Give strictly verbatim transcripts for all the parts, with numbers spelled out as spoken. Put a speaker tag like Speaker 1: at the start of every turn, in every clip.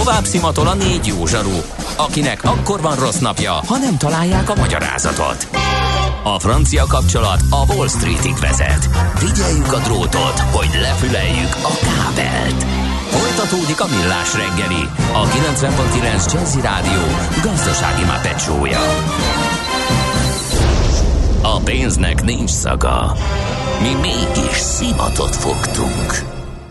Speaker 1: Tovább szimatol a négy jó zsaru, akinek akkor van rossz napja, ha nem találják a magyarázatot. A francia kapcsolat a Wall Streetig vezet. Figyeljük a drótot, hogy lefüleljük a kábelt. Folytatódik a Millás reggeli, a kilencven pont kilenc Jazzy Rádió gazdasági mápecsója. A pénznek nincs szaga. Mi mégis szimatot fogtunk.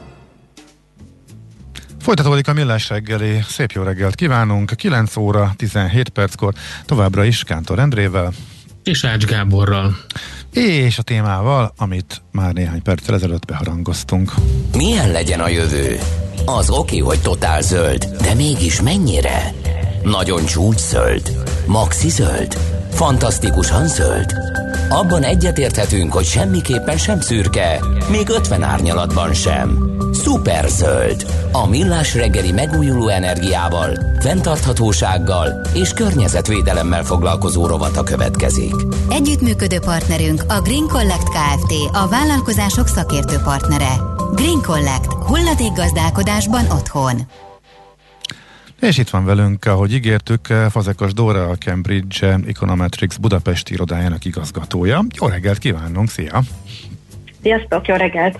Speaker 2: Folytatódik a Millás reggeli. Szép jó reggelt kívánunk. kilenc óra tizenhét perckor továbbra is Kántor Endrével
Speaker 3: és Ács Gáborral.
Speaker 2: És a témával, amit már néhány perccel ezelőtt beharangoztunk.
Speaker 1: Milyen legyen a jövő? Az oké, hogy totál zöld, de mégis mennyire? Nagyon csúcs zöld? Maxi zöld? Fantasztikusan zöld? Abban egyetérthetünk, hogy semmiképpen sem szürke, még ötven árnyalatban sem. Szuper zöld. A Millás reggeli megújuló energiával, fenntarthatósággal és környezetvédelemmel foglalkozó rovata következik.
Speaker 4: Együttműködő partnerünk a Green Collect Kft., a vállalkozások szakértő partnere. Green Collect. Hulladékgazdálkodásban otthon.
Speaker 2: És itt van velünk, ahogy ígértük, Fazekas Dóra, a Cambridge Econometrics budapesti irodájának igazgatója. Jó reggelt kívánunk, szia!
Speaker 5: Sziasztok, jó reggelt!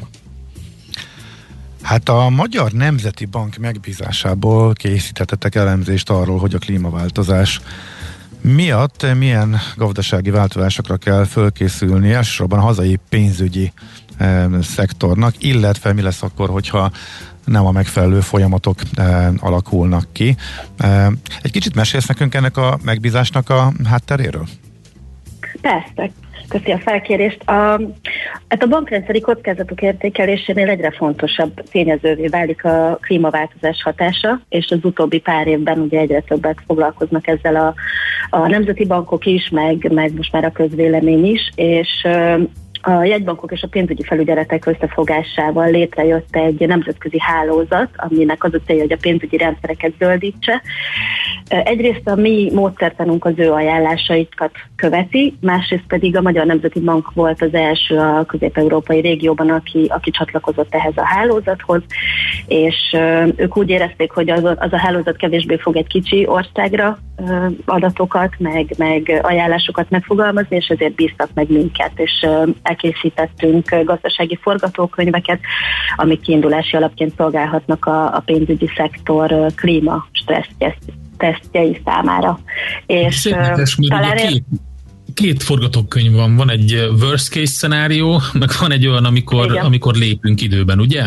Speaker 2: Hát a Magyar Nemzeti Bank megbízásából készítettetek elemzést arról, hogy a klímaváltozás miatt milyen gazdasági változásokra kell fölkészülni, elsősorban a hazai pénzügyi e, szektornak, illetve mi lesz akkor, hogyha nem a megfelelő folyamatok e, alakulnak ki. E, egy kicsit mesélsz nekünk ennek a megbízásnak a hátteréről?
Speaker 5: Persze. Köszi a felkérést. A, hát a bankrendszeri kockázatok értékelésénél egyre fontosabb tényezővé válik a klímaváltozás hatása, és az utóbbi pár évben ugye egyre többet foglalkoznak ezzel a, a nemzeti bankok is, meg, meg most már a közvélemény is, és a jegybankok és a pénzügyi felügyeletek összefogásával létrejött egy nemzetközi hálózat, aminek az a célja, hogy a pénzügyi rendszereket zöldítse. Egyrészt a mi módszertanunk az ő ajánlásaikat követi, másrészt pedig a Magyar Nemzeti Bank volt az első a közép-európai régióban, aki, aki csatlakozott ehhez a hálózathoz, és ők úgy érezték, hogy az, az a hálózat kevésbé fog egy kicsi országra adatokat, meg, meg ajánlásokat megfogalmazni, és ezért bíztak meg minket, és elkészítettünk gazdasági forgatókönyveket, amik kiindulási alapként szolgálhatnak a, a pénzügyi szektor klíma stressz tesztjei számára. És talán
Speaker 3: két, két forgatókönyv van. Van egy worst case szenárió, meg van egy olyan, amikor, amikor lépünk időben, ugye?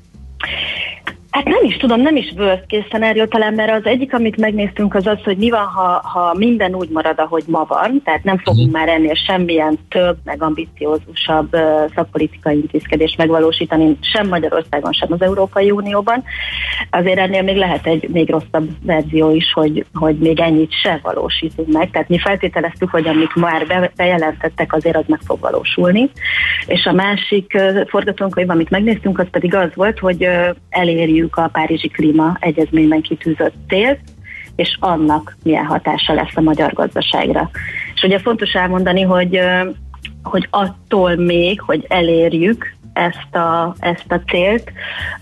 Speaker 5: Hát nem is tudom, nem is worst case szenárió talán, mert az egyik, amit megnéztünk, az az, hogy mi van, ha, ha minden úgy marad, ahogy ma van, tehát nem fogunk uh-huh. már ennél semmilyen több, meg ambiciózusabb uh, szakpolitikai intézkedést megvalósítani, sem Magyarországon, sem az Európai Unióban. Azért ennél még lehet egy még rosszabb verzió is, hogy, hogy még ennyit se valósítunk meg. Tehát mi feltételeztük, hogy amit már be, bejelentettek, azért az meg fog valósulni. És a másik uh, forgatókönyv, amit megnéztünk, az pedig az volt, hogy uh, elérjük a Párizsi Klíma Egyezményben kitűzött célt, és annak milyen hatása lesz a magyar gazdaságra. És ugye fontos elmondani, hogy, hogy attól még, hogy elérjük ezt a, ezt a célt,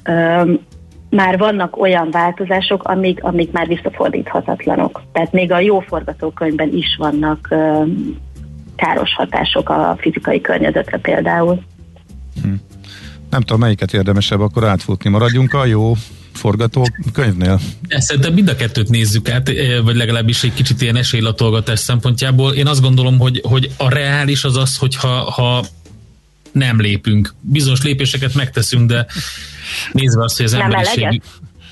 Speaker 5: már vannak olyan változások, amik, amik már visszafordíthatatlanok. Tehát még a jó forgatókönyvben is vannak káros hatások a fizikai környezetre például.
Speaker 2: Hm. Nem tudom, melyiket érdemesebb akkor átfutni. Maradjunk a jó forgatókönyvnél.
Speaker 3: Szerintem mind a kettőt nézzük át, vagy legalábbis egy kicsit ilyen esélylatolgatás szempontjából. Én azt gondolom, hogy, hogy a reális az az, hogyha ha nem lépünk. Bizonyos lépéseket megteszünk, de nézve azt, hogy az emberiség...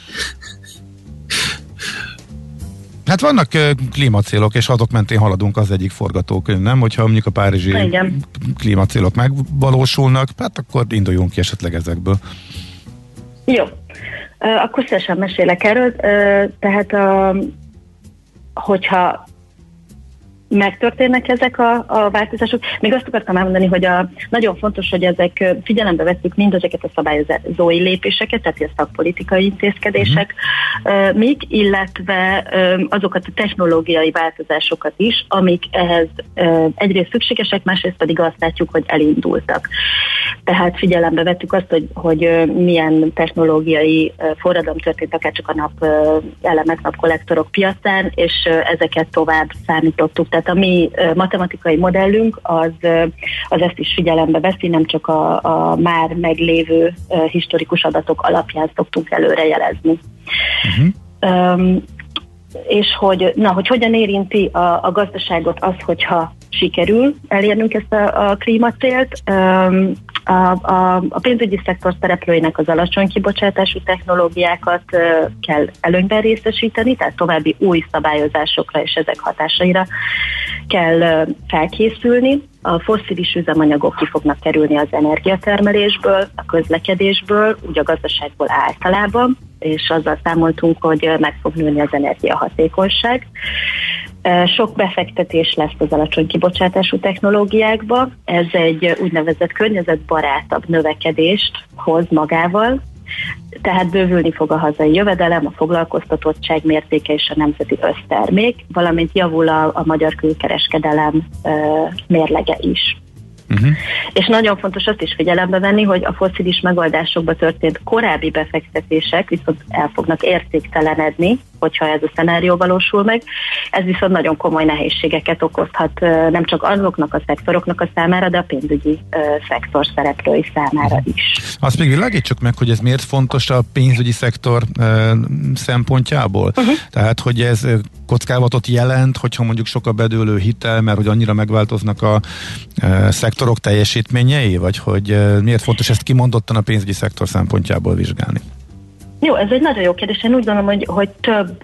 Speaker 2: Hát vannak uh, klímacélok, és azok mentén haladunk, az egyik forgatókönyv, nem? Hogyha mondjuk a párizsi Igen. klímacélok megvalósulnak, hát akkor induljunk ki esetleg ezekből.
Speaker 5: Jó. Uh, akkor szívesen mesélek erről. Uh, tehát, uh, hogyha megtörténnek ezek a, a változások. Még azt akartam elmondani, hogy a, nagyon fontos, hogy ezek figyelembe vesszük mindezeket a szabályozói lépéseket, tehát a szakpolitikai intézkedések, uh, mik, illetve uh, azokat a technológiai változásokat is, amik ehhez uh, egyrészt szükségesek, másrészt pedig azt látjuk, hogy elindultak. Tehát figyelembe vettük azt, hogy, hogy uh, milyen technológiai uh, forradalom történt, akár csak a nap uh, elemek, napkollektorok piacán, és uh, ezeket tovább számítottuk. Tehát a mi uh, matematikai modellünk az, uh, az ezt is figyelembe veszi, nem csak a, a már meglévő uh, historikus adatok alapján szoktunk előrejelezni. Uh-huh. Um, és hogy, na, hogy hogyan érinti a, a gazdaságot az, hogyha sikerül elérnünk ezt a, a klímacélt. Um, a, a, a pénzügyi szektor szereplőinek az alacsony kibocsátású technológiákat uh, kell előnyben részesíteni, tehát további új szabályozásokra és ezek hatásaira kell uh, felkészülni. A fosszilis üzemanyagok ki fognak kerülni az energiatermelésből, a közlekedésből, úgy a gazdaságból általában, és azzal számoltunk, hogy meg fog nőni az energiahatékonyság. Sok befektetés lesz az alacsony kibocsátású technológiákba. Ez egy úgynevezett környezetbarátabb növekedést hoz magával, tehát bővülni fog a hazai jövedelem, a foglalkoztatottság mértéke és a nemzeti össztermék, valamint javul a, a magyar külkereskedelem uh, mérlege is. Uh-huh. És nagyon fontos azt is figyelembe venni, hogy a fosszilis megoldásokba történt korábbi befektetések viszont el fognak értéktelenedni, hogyha ez a szenárió valósul meg. Ez viszont nagyon komoly nehézségeket okozhat nem csak azoknak a szektoroknak a számára, de a pénzügyi uh, szektor szereplői számára is.
Speaker 2: Azt még világítsuk meg, hogy ez miért fontos a pénzügyi szektor uh, szempontjából? Uh-huh. Tehát, hogy ez kockázatot jelent, hogyha mondjuk sok a bedőlő hitel, mert hogy annyira megváltoznak a uh, szektorok teljesítményei, vagy hogy uh, miért fontos ezt kimondottan a pénzügyi szektor szempontjából vizsgálni?
Speaker 5: Jó, ez egy nagyon jó kérdés. Én úgy gondolom, hogy, hogy több,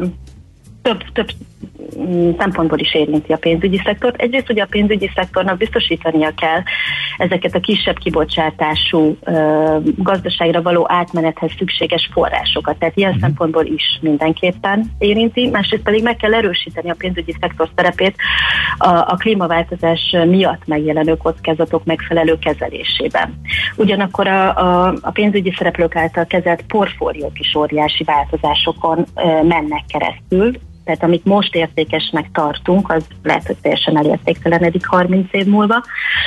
Speaker 5: több, több szempontból is érinti a pénzügyi szektort. Egyrészt ugye a pénzügyi szektornak biztosítania kell ezeket a kisebb kibocsátású gazdaságra való átmenethez szükséges forrásokat. Tehát ilyen uh-huh. szempontból is mindenképpen érinti. Másrészt pedig meg kell erősíteni a pénzügyi szektor szerepét a, a klímaváltozás miatt megjelenő kockázatok megfelelő kezelésében. Ugyanakkor a, a, a pénzügyi szereplők által kezelt portfóliók is óriási változásokon mennek keresztül. Tehát amit most értékesnek tartunk, az lehet, hogy teljesen elértéktelenedik harminc év múlva.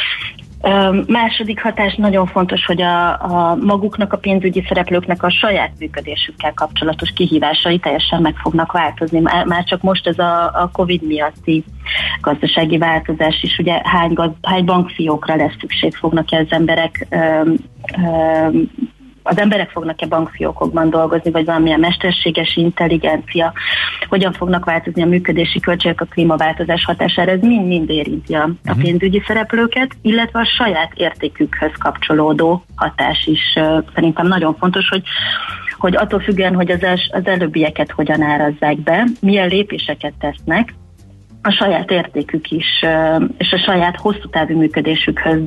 Speaker 5: Második hatás nagyon fontos, hogy a, a maguknak, a pénzügyi szereplőknek a saját működésükkel kapcsolatos kihívásai teljesen meg fognak változni. Már csak most ez a, a Covid miatti gazdasági változás is, ugye hány, gaz, hány bankfiókra lesz szükség, fognak-e az emberek öm, öm, az emberek fognak-e bankfiókokban dolgozni, vagy valamilyen mesterséges intelligencia, hogyan fognak változni a működési költségek a klímaváltozás hatására, ez mind-mind érinti a, a pénzügyi szereplőket, illetve a saját értékükhöz kapcsolódó hatás is uh, szerintem nagyon fontos, hogy hogy attól függően, hogy az, els, az előbbieket hogyan árazzák be, milyen lépéseket tesznek, a saját értékük is, és a saját hosszú távú működésükhöz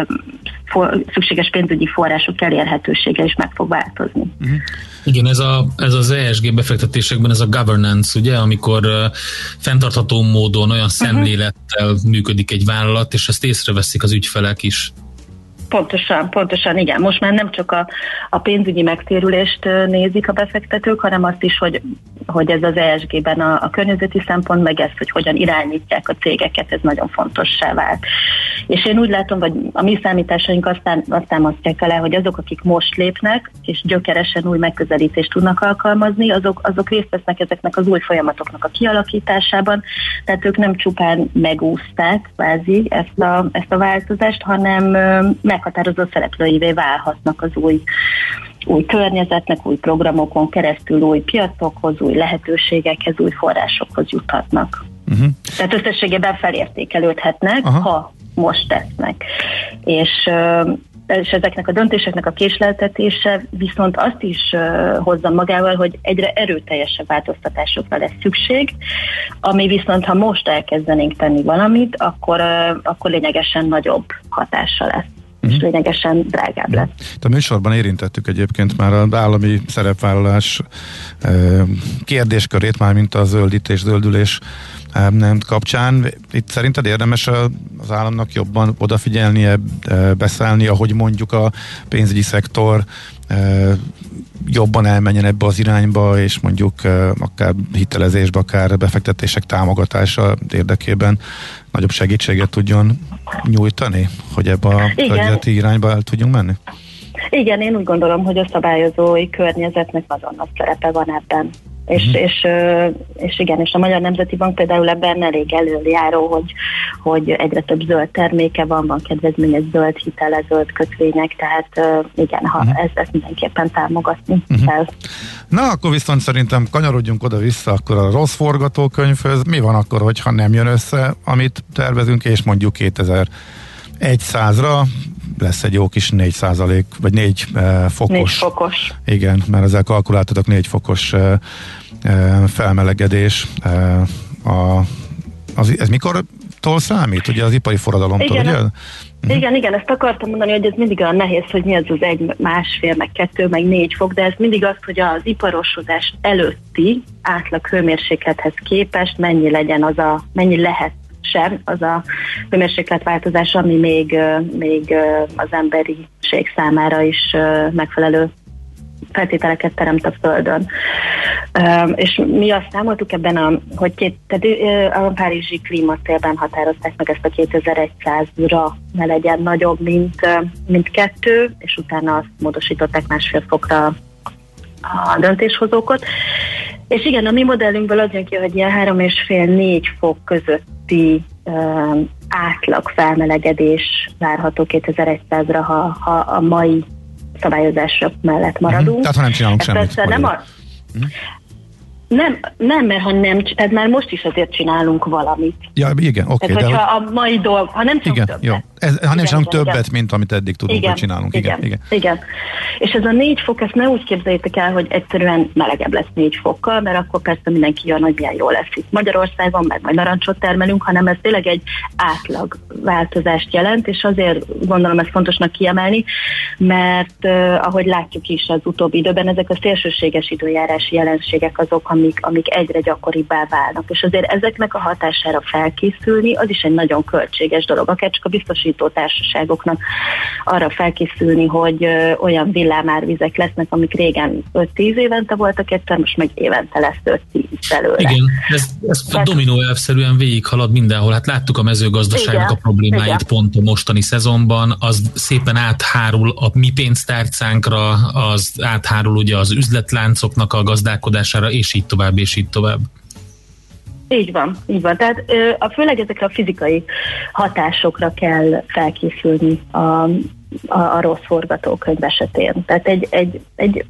Speaker 5: for, szükséges pénzügyi források elérhetősége is meg fog változni.
Speaker 3: Uh-huh. Igen, ez, a, ez az E S G befektetésekben ez a governance, ugye, amikor uh, fenntartható módon olyan szemlélettel uh-huh. működik egy vállalat, és ezt észreveszik az ügyfelek is.
Speaker 5: Pontosan, pontosan, igen. Most már nem csak a, a pénzügyi megtérülést nézik a befektetők, hanem azt is, hogy, hogy ez az E S G-ben a, a környezeti szempont, meg ezt, hogy hogyan irányítják a cégeket, ez nagyon fontossá vált. És én úgy látom, hogy a mi számításaink aztán, azt támasztják alá, hogy azok, akik most lépnek, és gyökeresen új megközelítést tudnak alkalmazni, azok, azok részt vesznek ezeknek az új folyamatoknak a kialakításában, tehát ők nem csupán megúszták kvázi ezt a, ezt a változást, hanem meghatározó szereplőivé válhatnak az új, új környezetnek, új programokon keresztül, új piacokhoz, új lehetőségekhez, új forrásokhoz juthatnak. Uh-huh. Tehát összességében felértékelődhetnek, Aha. ha most tesznek. És, és ezeknek a döntéseknek a késleltetése viszont azt is hozza magával, hogy egyre erőteljesebb változtatásokra lesz szükség, ami viszont, ha most elkezdenénk tenni valamit, akkor, akkor lényegesen nagyobb hatása lesz. és lényegesen drágább lett.
Speaker 2: A műsorban érintettük egyébként már az állami szerepvállalás kérdéskörét, már mint a zöldítés, zöldülés kapcsán. Itt szerinted érdemes az államnak jobban odafigyelnie, beszállnia, hogy mondjuk a pénzügyi szektor jobban elmenjen ebbe az irányba, és mondjuk akár hitelezésbe, akár befektetések támogatása érdekében nagyobb segítséget tudjon nyújtani, hogy ebbe a felületi irányba el tudjunk menni?
Speaker 5: Igen, én úgy gondolom, hogy a szabályozói környezetnek nagyon nagy szerepe van ebben. És, uh-huh. és, és igen, és a Magyar Nemzeti Bank például ebben elég előjáró, hogy, hogy egyre több zöld terméke van, van kedvezményes zöld hitele, zöld kötvények, tehát igen, ha uh-huh. ezt, ezt mindenképpen támogatni uh-huh. kell.
Speaker 2: Na, akkor viszont szerintem kanyarodjunk oda-vissza akkor a rossz forgatókönyvhöz. Mi van akkor, hogyha nem jön össze, amit tervezünk, és mondjuk kétezer-százra lesz egy jó kis négy százalék, vagy négy uh, fokos.
Speaker 5: négy fokos.
Speaker 2: Igen, mert ezzel kalkuláltatok négy fokos uh, uh, felmelegedés. Uh, a, az, ez mikortól számít? Ugye az ipari forradalomtól,
Speaker 5: igen,
Speaker 2: ugye?
Speaker 5: Uh-huh. Igen, igen, ezt akartam mondani, hogy ez mindig olyan nehéz, hogy mi az az egy, másfél, meg kettő, meg négy fok, de ez mindig az, hogy az iparosodás előtti átlag hőmérséklethez képest mennyi legyen az a, mennyi lehet sem az a hőmérsékletváltozás, ami még, még az emberiség számára is megfelelő feltételeket teremt a Földön. És mi azt számoltuk ebben, a, hogy két, tehát a párizsi klímacélben határozták meg ezt a kétezer-százra ne legyen nagyobb, mint, mint kettő, és utána azt módosították másfél fokra a döntéshozókot. És igen, a mi modellünkből az jön ki, hogy ilyen három és fél négy fok közötti uh, átlag felmelegedés várható kétezer-százra, ha, ha a mai szabályozások mellett maradunk. Uh-huh.
Speaker 2: Tehát ha nem csinálunk Ezt semmit.
Speaker 5: Nem, a... uh-huh. nem, nem, mert ha nem, tehát már most is azért csinálunk valamit.
Speaker 2: Ja, igen, oké.
Speaker 5: Okay, tehát, hogyha
Speaker 2: hogy...
Speaker 5: a mai dolg, ha nem csak többet. Jó.
Speaker 2: Ez, ha nem
Speaker 5: igen,
Speaker 2: többet,
Speaker 5: igen.
Speaker 2: mint amit eddig tudunk,
Speaker 5: igen,
Speaker 2: hogy csinálunk. Igen, igen,
Speaker 5: igen. igen. És ez a négy fok, ezt ne úgy képzeljétek el, hogy egyszerűen melegebb lesz négy fokkal, mert akkor persze mindenki jön, hogy milyen jó lesz itt Magyarországon, meg majd narancsot termelünk, hanem ez tényleg egy átlag változást jelent, és azért gondolom ezt fontosnak kiemelni, mert uh, ahogy látjuk is az utóbbi időben, ezek a szélsőséges időjárási jelenségek azok, amik, amik egyre gyakoribbá válnak. És azért ezeknek a hatására felkészülni, az is egy nagyon költséges dolog, akár csak a biztosító társaságoknak arra felkészülni, hogy ö, olyan villámárvizek lesznek, amik régen öt-tíz évente voltak egyszer, most meg évente lesz öt-tíz belőle.
Speaker 3: Igen, ez, ez Tehát... dominó elvszerűen végighalad mindenhol. Hát láttuk a mezőgazdaságnak igen, a problémáit igen. pont a mostani szezonban, az szépen áthárul a mi pénztárcánkra, az áthárul ugye az üzletláncoknak a gazdálkodására, és így tovább, és így tovább.
Speaker 5: Így van, így van. Tehát a, főleg ezekre a fizikai hatásokra kell felkészülni a, a, a rossz forgatókönyv esetén. Tehát egy, egy, egy,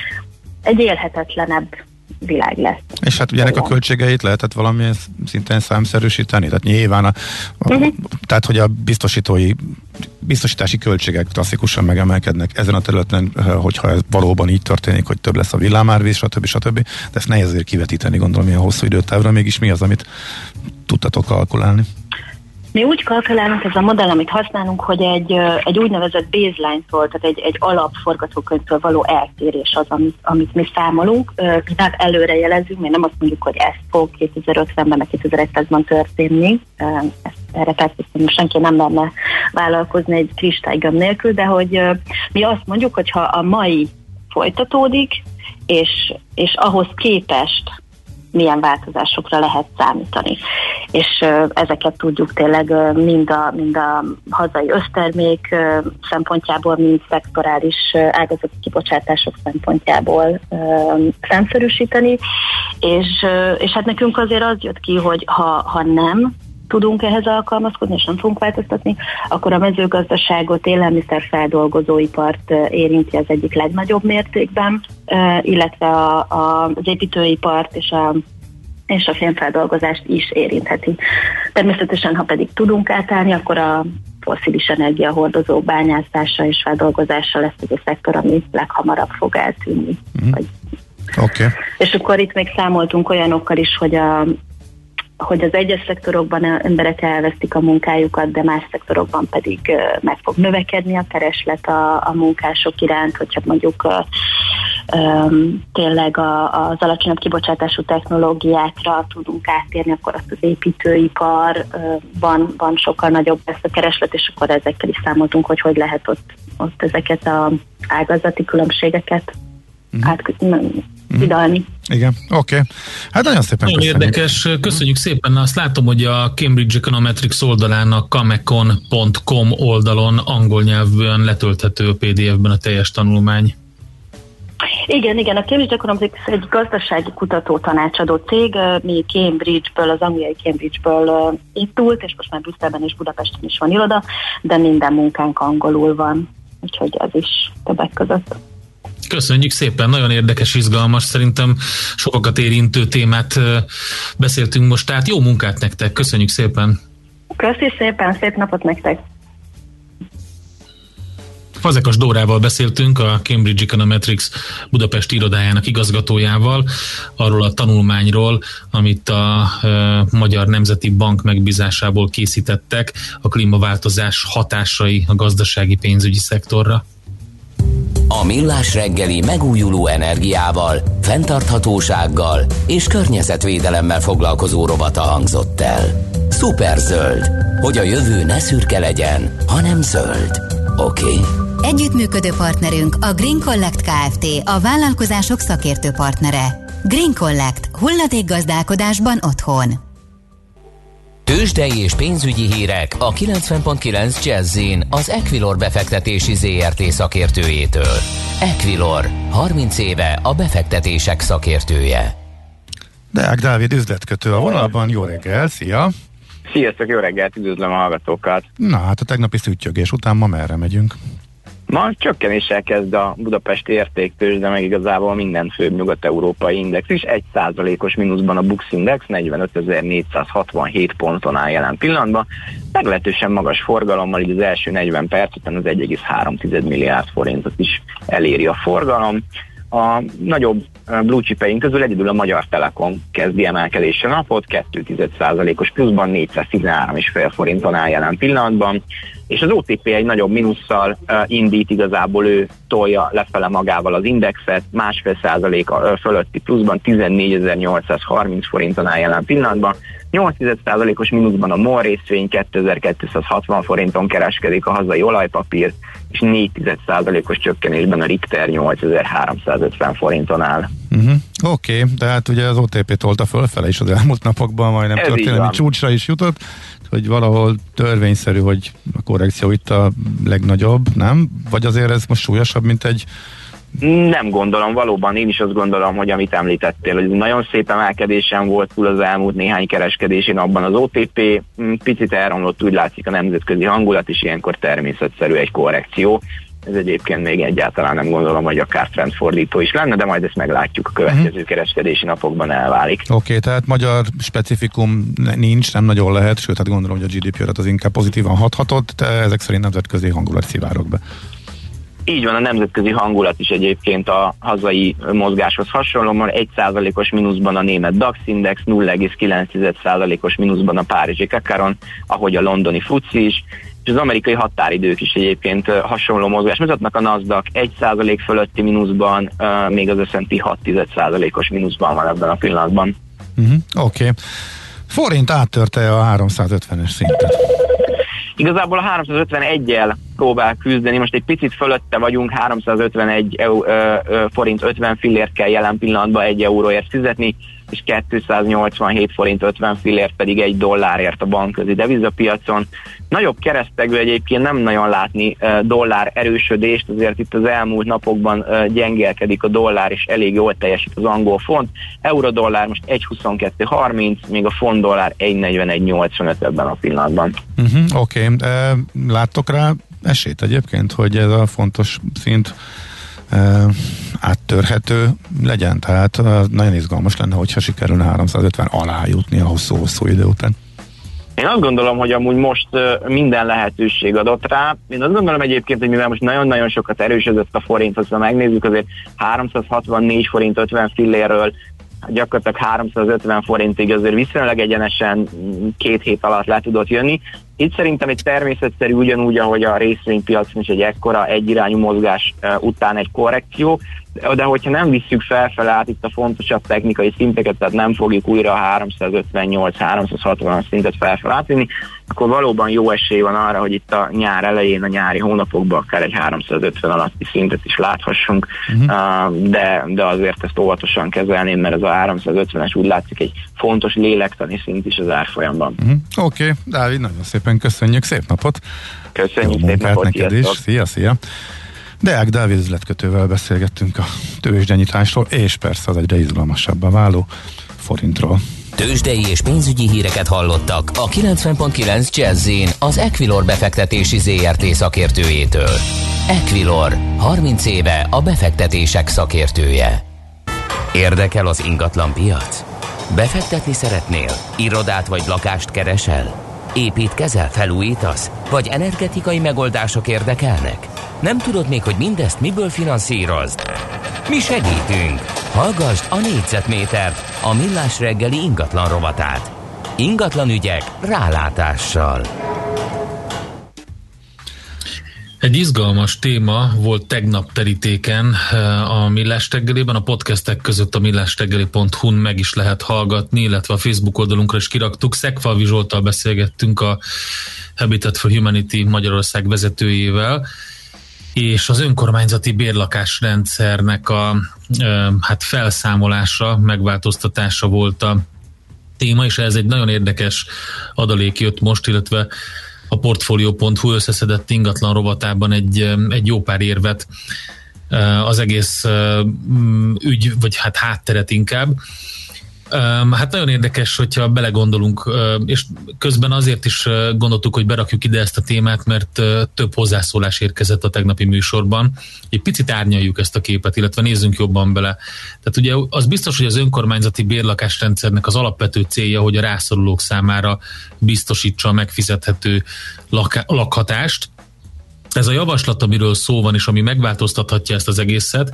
Speaker 5: egy élhetetlenebb világ lesz.
Speaker 2: És hát ugye ennek a költségeit lehetett valamilyen szinten számszerűsíteni? Tehát nyilván a, a, uh-huh. tehát, hogy a biztosítói biztosítási költségek klasszikusan megemelkednek ezen a területen, hogyha ez valóban így történik, hogy több lesz a villámárvíz, stb. stb. De ezt nehéz azért kivetíteni, gondolom, ilyen hosszú időtávra. Mégis mi az, amit tudtatok kalkulálni?
Speaker 5: Mi úgy kalkulálunk, ez a modell, amit használunk, hogy egy, egy úgynevezett baseline-tól, tehát egy, egy alapforgatókönyvtől való eltérés az, amit, amit mi számolunk. Tehát előre jelezünk, mi nem azt mondjuk, hogy ez fog kétezer-ötvenben, meg kétezer-százban történni. Ezt, erre persze senki nem merne vállalkozni egy kristálygömb nélkül, de hogy mi azt mondjuk, hogy ha a mai folytatódik, és, és ahhoz képest milyen változásokra lehet számítani. És uh, ezeket tudjuk tényleg uh, mind, a, mind a hazai össztermék uh, szempontjából, mind szektorális uh, ágazati kibocsátások szempontjából uh, számszerűsíteni, és, uh, és hát nekünk azért az jött ki, hogy ha, ha nem tudunk ehhez alkalmazkodni, és nem fogunk változtatni, akkor a mezőgazdaságot, élelmiszerfeldolgozóipart érinti az egyik legnagyobb mértékben, illetve a, a, az építőipart és a, és a fémfeldolgozást is érintheti. Természetesen, ha pedig tudunk átállni, akkor a fosszilis energiahordozók bányászása és feldolgozása lesz egy szektor, ami leghamarabb fog eltűnni. Mm. Vagy...
Speaker 2: Okay.
Speaker 5: És akkor itt még számoltunk olyanokkal is, hogy a hogy az egyes szektorokban emberek elvesztik a munkájukat, de más szektorokban pedig meg fog növekedni a kereslet a, a munkások iránt, hogyha mondjuk um, tényleg a, az alacsonyabb kibocsátású technológiákra tudunk áttérni, akkor azt az építőiparban van sokkal nagyobb ezt a kereslet, és akkor ezekkel is számoltunk, hogy hogy lehet ott, ott ezeket az ágazati különbségeket uh-huh. áthidalni.
Speaker 2: Uh-huh. Igen, oké. Okay. Hát nagyon szépen
Speaker 3: nagyon
Speaker 2: köszönjük.
Speaker 3: Érdekes, köszönjük szépen. Azt látom, hogy a Cambridge Econometrics oldalán, a kamekon pont com oldalon angol nyelvűen letölthető a pé dé ef-ben a teljes tanulmány.
Speaker 5: Igen, igen, a Cambridge Econometrics egy gazdasági kutató tanácsadó cég, mi Cambridge-ből, az angliai Cambridge-ből indult, és most már Brüsszelben és Budapesten is van iroda, de minden munkánk angolul van, úgyhogy ez is többek között.
Speaker 3: Köszönjük szépen, nagyon érdekes, izgalmas, szerintem sokakat érintő témát beszéltünk most, tehát jó munkát nektek, köszönjük szépen.
Speaker 5: Köszi szépen, szép napot nektek.
Speaker 3: Fazekas Dórával beszéltünk, a Cambridge Econometrics Budapest irodájának igazgatójával, arról a tanulmányról, amit a e, Magyar Nemzeti Bank megbízásából készítettek, a klímaváltozás hatásai a gazdasági pénzügyi szektorra.
Speaker 1: A Millás reggeli megújuló energiával, fenntarthatósággal és környezetvédelemmel foglalkozó rovata hangzott el. Szuperzöld, hogy a jövő ne szürke legyen, hanem zöld. Oké? Okay?
Speaker 4: Együttműködő partnerünk a Green Collect Kft., a vállalkozások szakértő partnere. Green Collect. Hulladékgazdálkodásban otthon.
Speaker 1: Tőzsdei és pénzügyi hírek a kilencven pont kilenc Jazz-in az Equilor befektetési zé er té szakértőjétől. Equilor, harminc éve a befektetések szakértője.
Speaker 2: Deák Dávid üzletkötő a vonalban, jó reggel, szia!
Speaker 6: Sziasztok, jó reggelt, üdvözlöm a hallgatókat!
Speaker 2: Na hát a tegnapi szüttyögés után ma merre megyünk?
Speaker 6: Ma csökkenéssel kezd a budapesti értéktőzsde, meg igazából minden főbb nyugat-európai index is. Egy százalékos mínuszban a Bux Index negyvenötezer-négyszázhatvanhét ponton áll jelen pillanatban. Meglehetősen magas forgalommal, így az első negyven perc után az egy egész három milliárd forintot is eléri a forgalom. A nagyobb blue chipeink közül egyedül a Magyar Telekom kezdi emelkedésre napot, két százalékos pluszban négyszáztizenhárom egész öt forinton áll jelen pillanatban, és az o té pé egy nagyobb mínusszal uh, indít, igazából ő tolja lefele magával az indexet, másfél százalék fölötti pluszban tizennégyezer-nyolcszázharminc forinton áll jelen pillanatban, nyolc százalékos mínuszban a MOL részvény kétezer-kétszázhatvan forinton kereskedik a hazai olajpapír, és négy százalékos csökkenésben a Richter nyolcezer-háromszázötven forinton áll.
Speaker 2: Uh-huh. Oké, okay, de hát ugye az o té pé tolta fölfele is az elmúlt napokban, majdnem
Speaker 6: Ez
Speaker 2: történelmi csúcsra is jutott, hogy valahol törvényszerű, hogy a korrekció itt a legnagyobb, nem? Vagy azért ez most súlyosabb, mint egy...
Speaker 6: Nem gondolom, valóban én is azt gondolom, hogy amit említettél, hogy nagyon szép emelkedésen volt túl az elmúlt néhány kereskedésén abban az o té pé, picit elromlott, úgy látszik a nemzetközi hangulat, és ilyenkor természetszerű egy korrekció. Ez egyébként még egyáltalán nem gondolom, hogy akár trendfordító is lenne, de majd ezt meglátjuk, a következő uh-huh. kereskedési napokban elválik.
Speaker 2: Oké, okay, tehát magyar specifikum nincs, nem nagyon lehet, sőt, hát gondolom, hogy a gé dé pé-rat az inkább pozitívan hathatott, de ezek szerint nemzetközi hangulat szivárog be.
Speaker 6: Így van, a nemzetközi hangulat is egyébként a hazai mozgáshoz hasonlóan, egy százalékos mínuszban a német DAX Index, nulla egész kilenc százalékos mínuszban a párizsi Kakaron, ahogy a londoni fuci is, és az amerikai határidők is egyébként hasonló mozgás mutatnak, a NASDAQ egy százalék fölötti mínuszban, még az es and pé hat százalékos mínuszban van ebben a pillanatban.
Speaker 2: Uh-huh. Oké. Okay. Forint áttörte a háromszázötvenes szintet.
Speaker 6: Igazából a háromszázötvenegyel próbál küzdeni, most egy picit fölötte vagyunk, háromszázötvenegy eur, ö, ö, forint ötven fillért kell jelen pillanatban egy euróért fizetni, és kétszáznyolcvanhét forint ötven fillért pedig egy dollárért a bankközi devizapiacon. Nagyobb keresztegű egyébként nem nagyon látni uh, dollár erősödést, azért itt az elmúlt napokban uh, gyengélkedik a dollár, és elég jól teljesít az angol font. Euró-dollár most egy huszonkettő harminc, még a font dollár egy negyvenegy nyolcvanöt ebben a pillanatban.
Speaker 2: Uh-huh, Oké, okay. uh, láttok rá esélyt egyébként, hogy ez a fontos szint uh, áttörhető legyen? Tehát uh, nagyon izgalmas lenne, hogyha sikerülne háromszázötven alá jutni a hosszú-hosszú idő után.
Speaker 6: Én azt gondolom, hogy amúgy most uh, minden lehetőség adott rá. Én azt gondolom egyébként, hogy mivel most nagyon-nagyon sokat erősödött a forint, ha megnézzük, azért háromszázhatvannégy forint ötven fillérről gyakorlatilag háromszázötven forintig azért viszonylag egyenesen két hét alatt le tudott jönni. Itt szerintem egy természetszerű, ugyanúgy, ahogy a részvénypiacon is egy ekkora egyirányú mozgás után egy korrekció, de hogyha nem visszük felfele át itt a fontosabb technikai szinteket, tehát nem fogjuk újra a háromszázötvennyolc háromszázhatvan szintet felfele átvinni, akkor valóban jó esély van arra, hogy itt a nyár elején, a nyári hónapokban akár egy háromszázötven alatti szintet is láthassunk, uh-huh. de, de azért ezt óvatosan kezelném, mert ez a háromszázötvenes úgy látszik egy fontos lélektani szint is az árfolyamban. Uh-huh.
Speaker 2: Oké, okay. Dávid, nagyon szépen köszönjük, szép napot!
Speaker 6: Köszönjük, szép napot,
Speaker 2: neked is. Szia, szia! Deák Dávid üzletkötővel beszélgettünk a tőzsdenyitásról, és persze az egyre izgalmasabbá váló forintról.
Speaker 1: Tőzsdei és pénzügyi híreket hallottak a kilencven pont kilenc Jazz-in az Equilor befektetési zé er té szakértőjétől. Equilor, harminc éve a befektetések szakértője. Érdekel az ingatlan piac? Befektetni szeretnél? Irodát vagy lakást keresel? Építkezel, felújítasz? Vagy energetikai megoldások érdekelnek? Nem tudod még, hogy mindezt miből finanszírozd? Mi segítünk! Hallgasd a négyzetmétert, a Millás reggeli ingatlan rovatát. Ingatlan ügyek rálátással.
Speaker 3: Egy izgalmas téma volt tegnap terítéken a Millás reggeliben, a podcastek között a millásreggeli pont hu-n meg is lehet hallgatni, illetve a Facebook oldalunkra is kiraktuk. Szegfalvi Zsolttal beszélgettünk, a Habitat for Humanity Magyarország vezetőjével, és az önkormányzati bérlakásrendszernek a hát felszámolása, megváltoztatása volt a téma, és ez egy nagyon érdekes adalék jött most, illetve a portfolio pont hu összeszedett ingatlan rovatában egy, egy jó pár érvet, az egész ügy, vagy hát hátteret inkább. Hát nagyon érdekes, hogyha belegondolunk, és közben azért is gondoltuk, hogy berakjuk ide ezt a témát, mert több hozzászólás érkezett a tegnapi műsorban. Egy picit árnyaljuk ezt a képet, illetve nézzünk jobban bele. Tehát ugye az biztos, hogy az önkormányzati bérlakásrendszernek az alapvető célja, hogy a rászorulók számára biztosítsa a megfizethető lak- lakhatást. Ez a javaslat, amiről szó van, és ami megváltoztathatja ezt az egészet,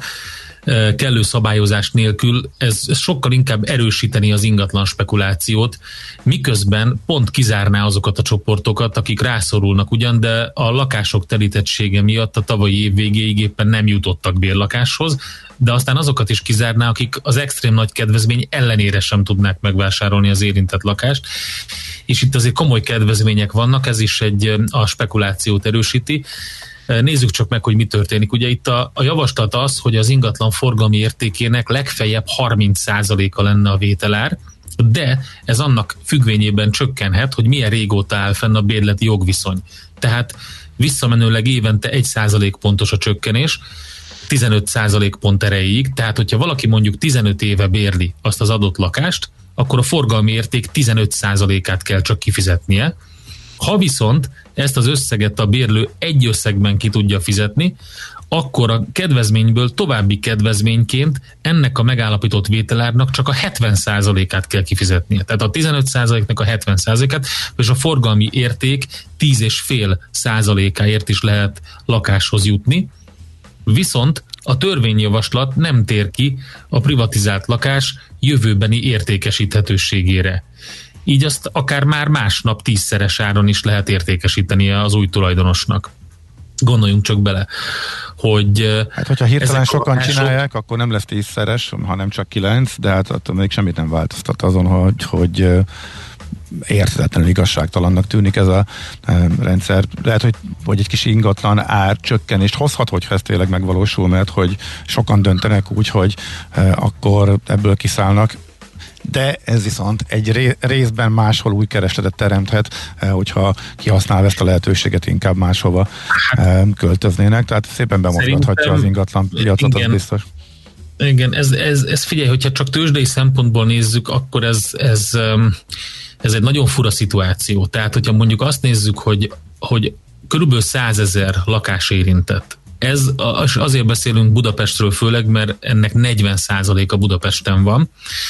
Speaker 3: kellő szabályozás nélkül, ez, ez sokkal inkább erősíteni az ingatlan spekulációt, miközben pont kizárná azokat a csoportokat, akik rászorulnak ugyan, de a lakások telítettsége miatt a tavalyi év végéig éppen nem jutottak bérlakáshoz, de aztán azokat is kizárná, akik az extrém nagy kedvezmény ellenére sem tudnák megvásárolni az érintett lakást. És itt azért komoly kedvezmények vannak, ez is egy a spekulációt erősíti. Nézzük csak meg, hogy mi történik. Ugye itt a, a javaslat az, hogy az ingatlan forgalmi értékének legfeljebb harminc százaléka lenne a vételár, de ez annak függvényében csökkenhet, hogy milyen régóta áll fenn a bérleti jogviszony. Tehát visszamenőleg évente egy százalék pontos a csökkenés, tizenöt százalék pont erejéig, tehát hogyha valaki mondjuk tizenöt éve bérli azt az adott lakást, akkor a forgalmi érték tizenöt százalékát kell csak kifizetnie. Ha viszont ezt az összeget a bérlő egy összegben ki tudja fizetni, akkor a kedvezményből további kedvezményként ennek a megállapított vételárnak csak a hetven százalékát kell kifizetnie. Tehát a tizenöt százaléknak a hetven százalékát, és a forgalmi érték tíz egész öt százalékáért is lehet lakáshoz jutni. Viszont a törvényjavaslat nem tér ki a privatizált lakás jövőbeni értékesíthetőségére. Így azt akár már másnap tízszeres áron is lehet értékesítenie az új tulajdonosnak. Gondoljunk csak bele, hogy...
Speaker 2: Hát, hogyha hirtelen sokan mások... csinálják, akkor nem lesz tízszeres, hanem csak kilenc, de hát attól még semmit nem változtat azon, hogy, hogy érthetetlenül igazságtalannak tűnik ez a rendszer. Lehet, hogy, hogy egy kis ingatlan ár csökkenést hozhat, hogyha ez tényleg megvalósul, mert hogy sokan döntenek úgy, hogy akkor ebből kiszállnak, de ez viszont egy részben máshol új keresletet teremthet, hogyha kihasznál ezt a lehetőséget, inkább máshova költöznének, tehát szépen bemozgathatja az ingatlan piacot, az biztos.
Speaker 3: Igen, ez, ez, ez figyelj, hogyha csak tőzsdei szempontból nézzük, akkor ez, ez, ez egy nagyon fura szituáció. Tehát, hogyha mondjuk azt nézzük, hogy, hogy körülbelül százezer lakás érintett. Ez, azért beszélünk Budapestről főleg, mert ennek negyven százaléka Budapesten van.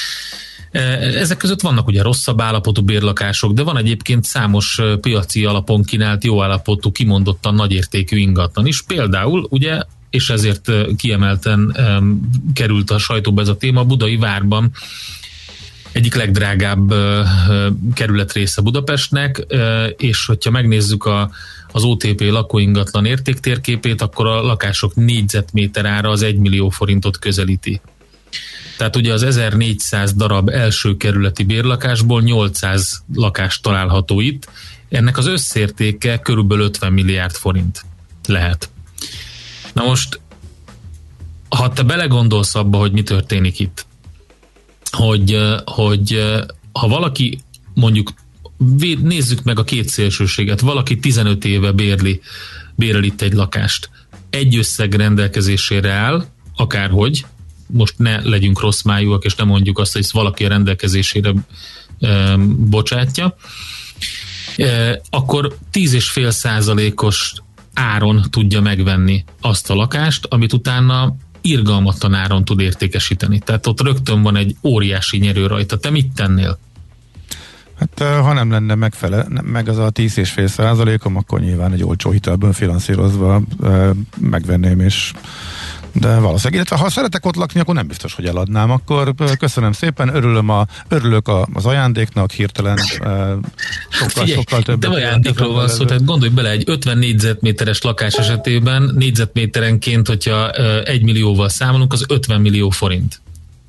Speaker 3: Ezek között vannak ugye rosszabb állapotú bérlakások, de van egyébként számos piaci alapon kínált jó állapotú, kimondottan nagyértékű ingatlan is. Például ugye és ezért kiemelten um, került a sajtóba ez a téma. A budai várban egyik legdrágább uh, kerületrésze Budapestnek, uh, és hogyha megnézzük a, az o té pé lakóingatlan értéktérképét, akkor a lakások négyzetméter ára az egy millió forintot közelíti. Tehát ugye az ezernégyszáz darab első kerületi bérlakásból nyolcszáz lakás található itt. Ennek az összértéke körülbelül ötven milliárd forint lehet. Na most, ha te belegondolsz abba, hogy mi történik itt, hogy, hogy ha valaki, mondjuk nézzük meg a két szélsőséget, valaki tizenöt éve bérli, bérel itt egy lakást, egy összeg rendelkezésére áll, akárhogy, most ne legyünk rossz májúak, és ne mondjuk azt, hogy valaki a rendelkezésére e, bocsátja, e, akkor tíz egész öt százalékos áron tudja megvenni azt a lakást, amit utána irgalmatlan áron tud értékesíteni. Tehát ott rögtön van egy óriási nyerő rajta. Te mit tennél?
Speaker 2: Hát ha nem lenne megfele, meg az a tíz egész öt százalékom, akkor nyilván egy olcsó hitelből finanszírozva megvenném, és de valószínűleg, illetve ha szeretek ott lakni, akkor nem biztos, hogy eladnám. Akkor köszönöm szépen, örülöm a, örülök a, az ajándéknak, hirtelen sokkal,
Speaker 3: Figyelj,
Speaker 2: sokkal többet.
Speaker 3: De ajándékról van szó, tehát gondolj bele, egy ötven négyzetméteres lakás esetében négyzetméterenként, hogyha egy millióval számolunk, az ötven millió forint.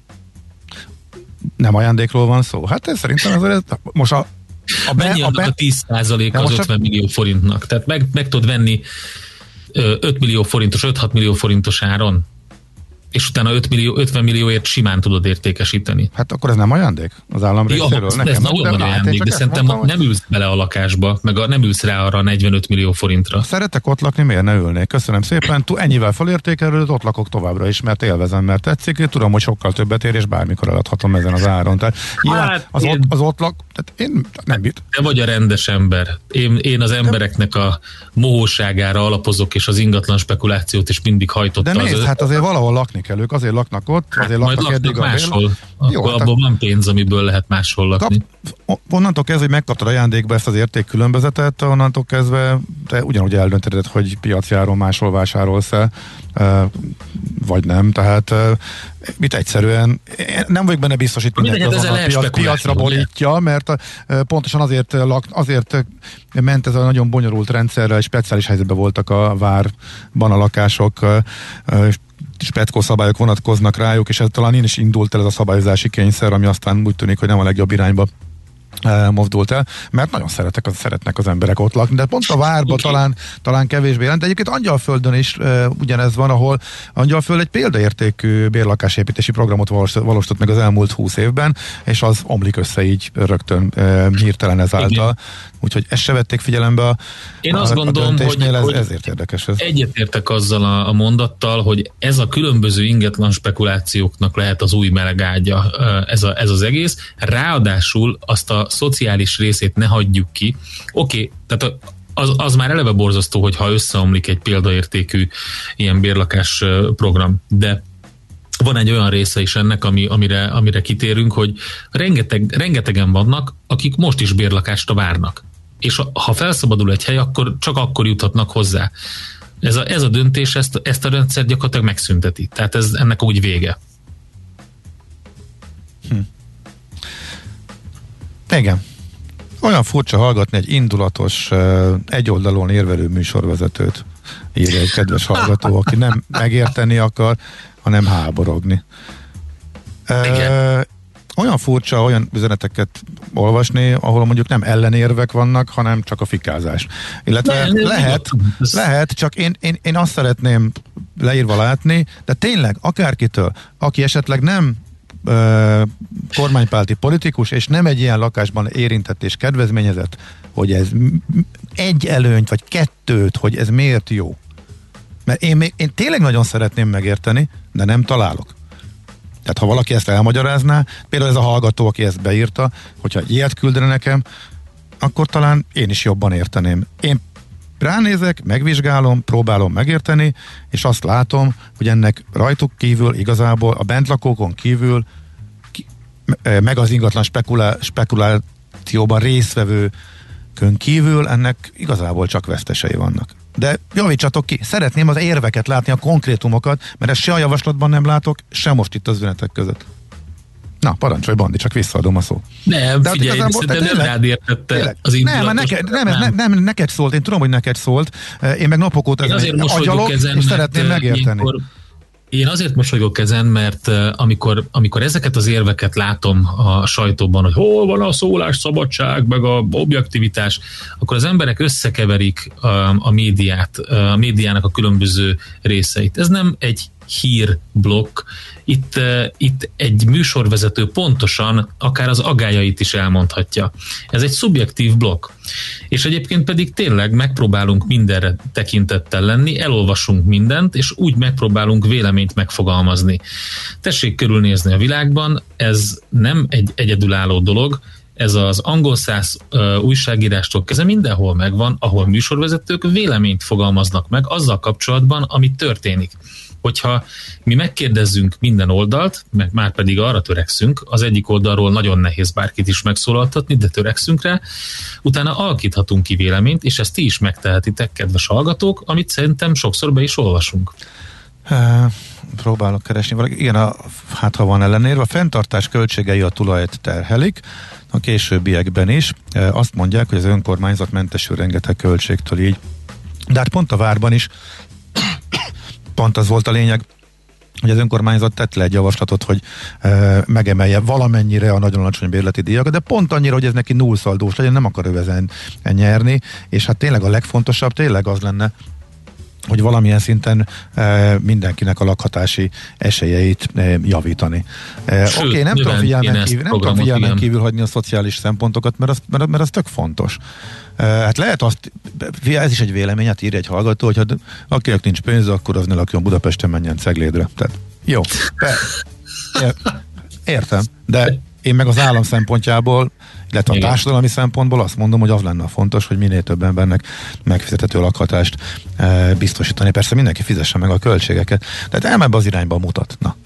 Speaker 3: Nem
Speaker 2: ajándékról van szó? Hát ez szerintem ez, most a
Speaker 3: a, be, Mennyi a, be, a tíz százalék az ötven millió forintnak? Tehát meg, meg tudod venni öt millió forintos, öt-hat millió forintos áron, és utána öt millió, ötven millióért simán tudod értékesíteni.
Speaker 2: Hát akkor ez nem ajándék az állam részéről?
Speaker 3: Ja, ez nagyon nagy ajándék, de szerintem mondtam, nem ülsz bele a lakásba, meg a, nem ülsz rá arra a negyvenöt millió forintra.
Speaker 2: Szeretek ott lakni, miért ne ülnék? Köszönöm szépen. Ennyivel felértékelődött, ott lakok továbbra is, mert élvezem, mert tetszik. Én tudom, hogy sokkal többet ér, és bármikor eladhatom ezen az áron. Tehát hát, az, én, ott, az ott lak, tehát én nem bit.
Speaker 3: Te vagy a rendes ember. Én, én az embereknek a mohóságára alapozok, és az ingatlan spekulációt is mindig hajtottam.
Speaker 2: De nézd, az hát azért valahol lakni kell, ők azért laknak ott, azért
Speaker 3: majd laknak eddig máshol. Akkor jó, abból tak... van pénz, amiből lehet máshol lakni.
Speaker 2: Kap, onnantól kezdve, hogy megkaptad ajándékba ezt az értékkülönbözetet, onnantól kezdve te ugyanúgy eldöntöd, hogy piaci áron máshol vásárolsz el, vagy nem. Tehát mit egyszerűen, nem vagyok benne biztos, itt mindenki azon a piac, piacra borítja, mert pontosan azért, azért ment ez a nagyon bonyolult rendszerrel, speciális helyzetben voltak a várban a lakások, speckó szabályok vonatkoznak rájuk, és ez talán én is indult el ez a szabályozási kényszer, ami aztán úgy tűnik, hogy nem a legjobb irányba mozdult el, mert nagyon szeretek, szeretnek az emberek ott lakni, de pont a várba okay. talán, talán kevésbé jelent. Egyébként Angyalföldön is e, ugyanez van, ahol Angyalföld egy példaértékű bérlakásépítési programot valósított meg az elmúlt húsz évben, és az omlik össze így rögtön e, hirtelen ezáltal. Úgyhogy ezt se vették figyelembe a
Speaker 3: Én azt a, gondolom, a hogy,
Speaker 2: ez,
Speaker 3: hogy
Speaker 2: ezért érdekes ez.
Speaker 3: Egyetértek azzal a, a mondattal, hogy ez a különböző ingatlan spekulációknak lehet az új melegágya, ez, a, ez az egész. Ráadásul azt a szociális részét ne hagyjuk ki. Oké, okay, tehát az, az már eleve borzasztó, hogyha összeomlik egy példaértékű ilyen bérlakás program, de van egy olyan része is ennek, ami, amire, amire kitérünk, hogy rengeteg, rengetegen vannak, akik most is bérlakásra várnak. És ha felszabadul egy hely, akkor csak akkor juthatnak hozzá. Ez a, ez a döntés ezt, ezt a rendszer gyakorlatilag megszünteti. Tehát ez ennek úgy vége.
Speaker 2: Hm. Igen. Olyan furcsa hallgatni egy indulatos, egyoldalon érvelő műsorvezetőt, írja egy kedves hallgató, aki nem megérteni akar, hanem háborogni. Igen. Olyan furcsa olyan üzeneteket olvasni, ahol mondjuk nem ellenérvek vannak, hanem csak a fikázás. Illetve ne, lehet, lehet, csak én, én, én azt szeretném leírva látni, de tényleg akárkitől, aki esetleg nem ö, kormánypárti politikus, és nem egy ilyen lakásban érintett és kedvezményezett, hogy ez egy előnyt, vagy kettőt, hogy ez miért jó. Mert én, még, én tényleg nagyon szeretném megérteni, de nem találok. Tehát ha valaki ezt elmagyarázná, például ez a hallgató, aki ezt beírta, hogyha ilyet küldene nekem, akkor talán én is jobban érteném. Én ránézek, megvizsgálom, próbálom megérteni, és azt látom, hogy ennek rajtuk kívül igazából, a bentlakókon kívül, ki, meg az ingatlan spekulá, spekulációban résztvevőkön kívül ennek igazából csak vesztesei vannak. De javítsatok ki, szeretném az érveket látni, a konkrétumokat, mert ezt se a javaslatban nem látok, se most itt az üzenetek között. Na, parancsolj, Bandi, csak visszaadom a szót.
Speaker 3: Nem, de figyelj, szerintem nem rád értette az indulatos. Nem, neked,
Speaker 2: nem, nem, nem, nem, neked szólt, én tudom, hogy neked szólt, én meg napok óta agyalok, és szeretném megérteni. Ilyenkor,
Speaker 3: Én azért mosolygok ezen, mert uh, amikor, amikor ezeket az érveket látom a sajtóban, hogy hol van a szólásszabadság, meg a objektivitás, akkor az emberek összekeverik uh, a médiát, uh, a médiának a különböző részeit. Ez nem egy hírblokk, itt, uh, itt egy műsorvezető pontosan akár az agályait is elmondhatja. Ez egy szubjektív blokk. És egyébként pedig tényleg megpróbálunk mindenre tekintettel lenni, elolvasunk mindent, és úgy megpróbálunk véleményt megfogalmazni. Tessék körülnézni a világban, ez nem egy egyedülálló dolog, ez az angol száz uh, újságírástól kezdve mindenhol megvan, ahol műsorvezetők véleményt fogalmaznak meg azzal kapcsolatban, ami történik. Hogyha mi megkérdezzünk minden oldalt, meg már pedig arra törekszünk, az egyik oldalról nagyon nehéz bárkit is megszólaltatni, de törekszünk rá, utána alakíthatunk ki véleményt, és ezt ti is megtehetitek, kedves hallgatók, amit szerintem sokszor be is olvasunk.
Speaker 2: Uh, próbálok keresni valaki. Igen, a, hát ha van ellenérve, a fenntartás költségei a tulajt terhelik, a későbbiekben is. Uh, azt mondják, hogy az önkormányzat mentesül rengeteg költségtől így. De hát pont a várban is pont az volt a lényeg, hogy az önkormányzat tett le egy javaslatot, hogy e, megemelje valamennyire a nagyon alacsony bérleti díjakat, de pont annyira, hogy ez neki nullszaldós legyen, nem akar ő ezen nyerni, és hát tényleg a legfontosabb tényleg az lenne, hogy valamilyen szinten e, mindenkinek a lakhatási esélyeit e, javítani. E, Oké, okay, nem tudom figyelmen kívül, nem tudom figyelmen kívül hagyni a szociális szempontokat, mert az, mert, mert az tök fontos. E, hát lehet azt, ez is egy vélemény, hát írja egy hallgató, hogy hát, akinek nincs pénze, akkor az ne lakjon Budapesten, menjen Ceglédre. Tehát, jó, ér, értem, de én meg az állam szempontjából, illetve a társadalmi szempontból azt mondom, hogy az lenne a fontos, hogy minél több embernek megfizethető lakhatást e, biztosítani. Persze mindenki fizesse meg a költségeket. Tehát elmebbe az irányba mutat. Na.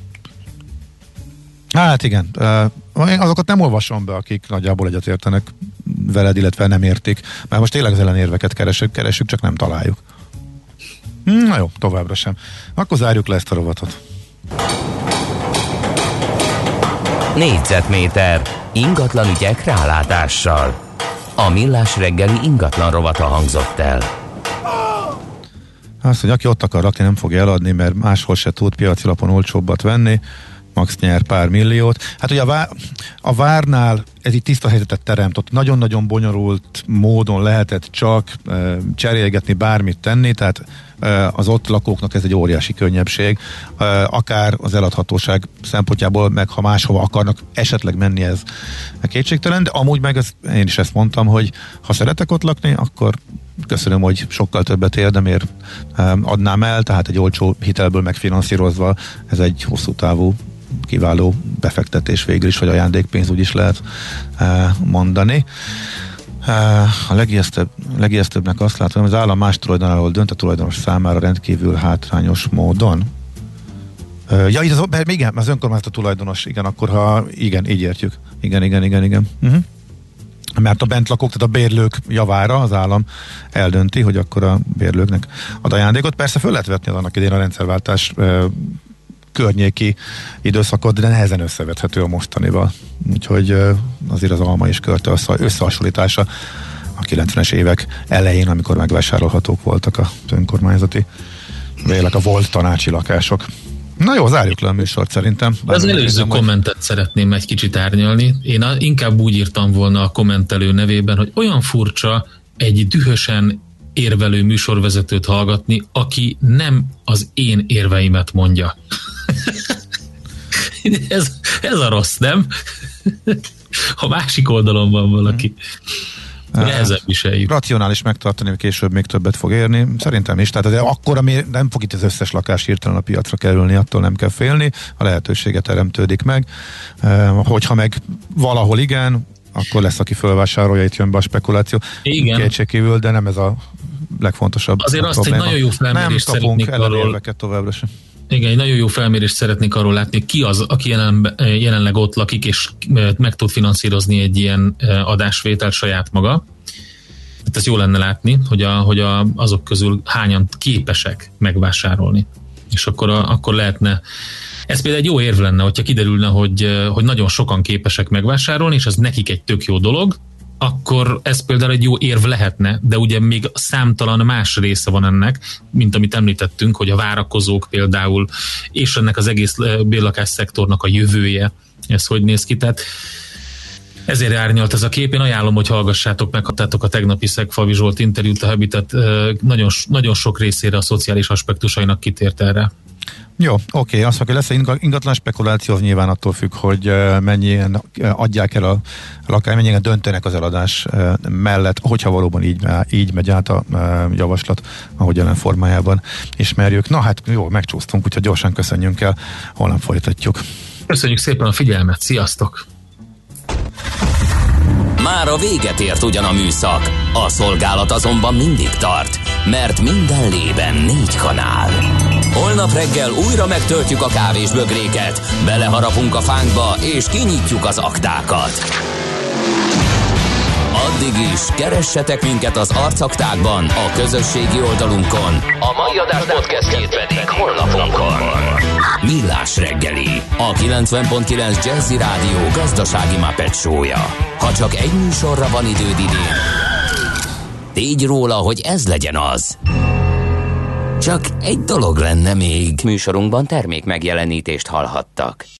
Speaker 2: Hát igen. E, azokat nem olvasom be, akik nagyjából egyetértenek veled, illetve nem értik. Mert most tényleg az ellenérveket keresünk, keresünk, csak nem találjuk. Na jó, továbbra sem. Akkor zárjuk le ezt a rovatot.
Speaker 1: Négyzetméter ingatlan ügyek rálátással. A Millás reggeli ingatlan rovata hangzott el.
Speaker 2: Azt, hogy aki ott akar rakni, nem fogja eladni, mert máshol se tud piaci lapon olcsóbbat venni, max nyer pár milliót. Hát ugye a, vár, a várnál ez így tiszta helyzetet teremt, ott nagyon-nagyon bonyolult módon lehetett csak e, cserélgetni, bármit tenni, tehát e, az ott lakóknak ez egy óriási könnyebbség, e, akár az eladhatóság szempontjából, meg ha máshova akarnak esetleg menni, ez kétségtelen, de amúgy meg ez, én is ezt mondtam, hogy ha szeretek ott lakni, akkor köszönöm, hogy sokkal többet érdemért e, adnám el, tehát egy olcsó hitelből megfinanszírozva, ez egy hosszú távú kiváló befektetés végül is, vagy ajándékpénz, úgy is lehet uh, mondani. Uh, a legijesztőbb, legijesztőbbnek azt látom, hogy az állam más tulajdonáról dönt a tulajdonos számára rendkívül hátrányos módon. Uh, ja, így az, igen, az önkormányzat a tulajdonos, igen, akkor ha igen, így értjük. Igen, igen, igen, igen. Uh-huh. Mert a bentlakók, tehát a bérlők javára az állam eldönti, hogy akkor a bérlőknek ad ajándékot. Persze föl lehet vetni az annak idén a rendszerváltás uh, környéki időszakot, de nehezen összevethető a mostanival. Úgyhogy azért az alma és körte összehasonlítása a kilencvenes évek elején, amikor megvásárolhatók voltak a önkormányzati vélek, a volt tanácsi lakások. Na jó, zárjuk le a műsort szerintem.
Speaker 3: Az előző kommentet hogy... szeretném egy kicsit árnyalni. Én inkább úgy írtam volna a kommentelő nevében, hogy olyan furcsa egy dühösen érvelő műsorvezetőt hallgatni, aki nem az én érveimet mondja. ez, ez a rossz, nem? Ha másik oldalon van valaki. Nehezebb viseljük.
Speaker 2: Racionális megtartani, hogy később még többet fog érni. Szerintem is. Tehát azért akkor, ami nem fog itt az összes lakás hirtelen a piacra kerülni, attól nem kell félni. A lehetősége teremtődik meg. Hogyha meg valahol igen, akkor lesz, aki fölvásárolja, itt jön be a spekuláció.
Speaker 3: Igen.
Speaker 2: Kétségkívül, de nem ez a legfontosabb
Speaker 3: azért azt
Speaker 2: probléma.
Speaker 3: Egy nagyon jó felmérést
Speaker 2: nem kapunk
Speaker 3: ellenérveket
Speaker 2: továbbra sem.
Speaker 3: Igen, egy nagyon jó felmérést szeretnék arról látni, ki az, aki jelen, jelenleg ott lakik, és meg tud finanszírozni egy ilyen adásvételt saját maga. Hát ez jó lenne látni, hogy, a, hogy a, azok közül hányan képesek megvásárolni. És akkor, a, akkor lehetne, ez például egy jó érv lenne, hogyha kiderülne, hogy, hogy nagyon sokan képesek megvásárolni, és az nekik egy tök jó dolog, akkor ez például egy jó érv lehetne, de ugye még számtalan más része van ennek, mint amit említettünk, hogy a várakozók például, és ennek az egész bérlakás szektornak a jövője, ez hogy néz ki, tehát ezért árnyalt ez a kép. Én ajánlom, hogy hallgassátok meg, hattátok a tegnapi Szegfalvi Zsolt interjút, a Habitat nagyon, nagyon sok részére a szociális aspektusainak kitért erre. Jó, oké, azt mondja, lesz ingatlan spekuláció, az nyilván attól függ, hogy mennyien adják el a lakás, mennyien döntenek az eladás mellett, hogyha valóban így, így megy át a javaslat, ahogy jelen formájában ismerjük. Na hát jó, megcsúsztunk, úgyhogy gyorsan köszönjünk el, holnap folytatjuk. Köszönjük szépen a figyelmet, sziasztok!
Speaker 1: Már a véget ért ugyan a műszak, a szolgálat azonban mindig tart, mert minden lében négy kanál. Holnap reggel újra megtöltjük a kávésbögréket, beleharapunk a fánkba és kinyitjuk az aktákat. Addig is keressetek minket az arcaktákban, a közösségi oldalunkon. A mai adás podcastjét pedig honlapunkon. Millás reggeli, a kilencven pont kilenc Jazzy Rádió gazdasági Muppet show-ja. Ha csak egy műsorra van időd idén, tégy róla, hogy ez legyen az. Csak egy dolog lenne még. Műsorunkban termék megjelenítést hallhattak.